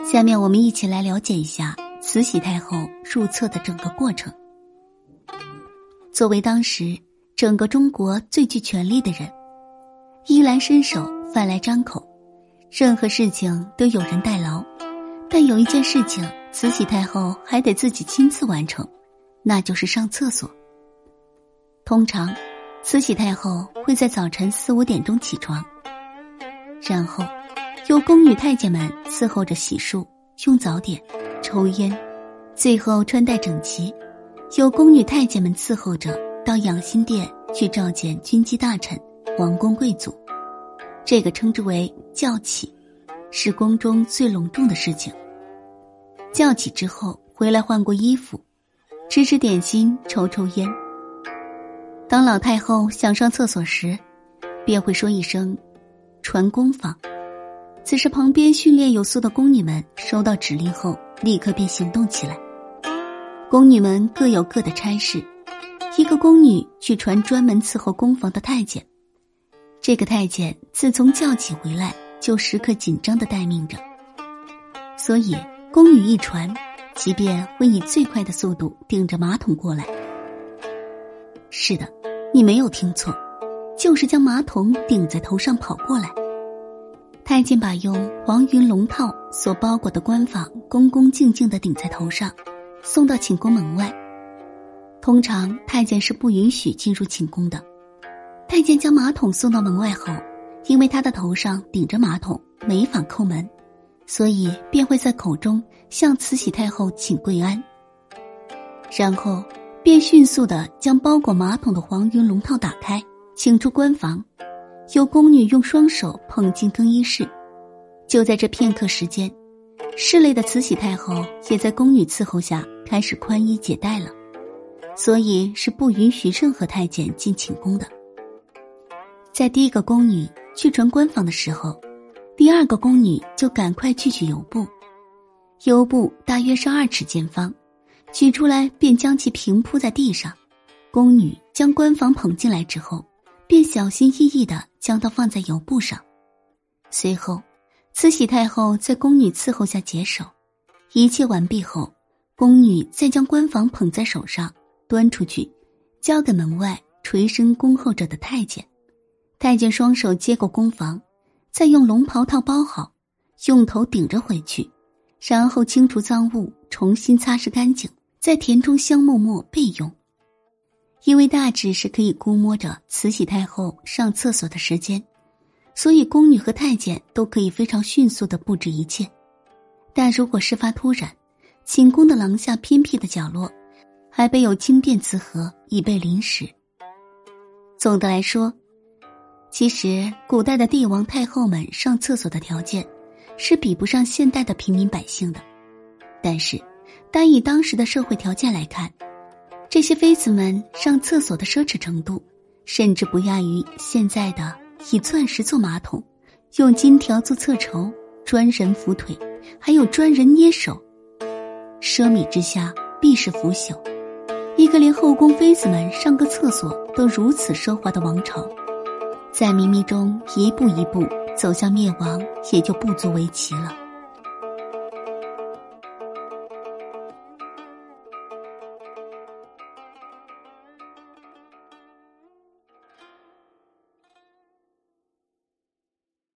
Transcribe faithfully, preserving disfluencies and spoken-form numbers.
下面我们一起来了解一下慈禧太后入册的整个过程。作为当时整个中国最具权力的人，衣来伸手，饭来张口，任何事情都有人代劳，但有一件事情慈禧太后还得自己亲自完成，那就是上厕所。通常慈禧太后会在早晨四五点钟起床，然后由宫女太监们伺候着洗漱、用早点、抽烟，最后穿戴整齐，由宫女太监们伺候着到养心殿去召见军机大臣、王公贵族。这个称之为轿起，是宫中最隆重的事情。轿起之后回来换过衣服，吃吃点心，抽抽烟。当老太后想上厕所时，便会说一声传宫房。此时旁边训练有素的宫女们收到指令后立刻便行动起来。宫女们各有各的差事，一个宫女去传专门伺候宫房的太监，这个太监自从轿起回来就时刻紧张地待命着，所以宫女一传，即便会以最快的速度顶着马桶过来。是的，你没有听错，就是将马桶顶在头上跑过来。太监把用黄云龙套所包裹的官房恭恭敬敬地顶在头上，送到寝宫门外。通常太监是不允许进入寝宫的。太监将马桶送到门外后，因为他的头上顶着马桶，没法叩门，所以便会在口中向慈禧太后请跪安，然后便迅速地将包裹马桶的黄云龙套打开，请出官房，由宫女用双手捧进更衣室。就在这片刻时间，室内的慈禧太后也在宫女伺候下开始宽衣解带了，所以是不允许任何太监进寝宫的。在第一个宫女去传官房的时候，第二个宫女就赶快去取油布。油布大约是二尺见方，取出来便将其平铺在地上。宫女将官房捧进来之后，便小心翼翼地将它放在油布上。随后慈禧太后在宫女伺候下解手，一切完毕后，宫女再将官房捧在手上端出去，交给门外垂身恭候着的太监。太监双手接过宫房，再用龙袍套包好，用头顶着回去，然后清除脏物，重新擦拭干净，在田中香默默备用。因为大致是可以估摸着慈禧太后上厕所的时间，所以宫女和太监都可以非常迅速地布置一切。但如果事发突然，寝宫的廊下偏僻的角落还备有轻便瓷盒以备临时。总的来说，其实古代的帝王太后们上厕所的条件是比不上现代的平民百姓的，但是单以当时的社会条件来看，这些妃子们上厕所的奢侈程度甚至不亚于现在的以钻石做马桶，用金条做侧筹，专人扶腿，还有专人捏手。奢靡之下必是腐朽，一个连后宫妃子们上个厕所都如此奢华的王朝，在靡靡中一步一步走向灭亡也就不足为奇了。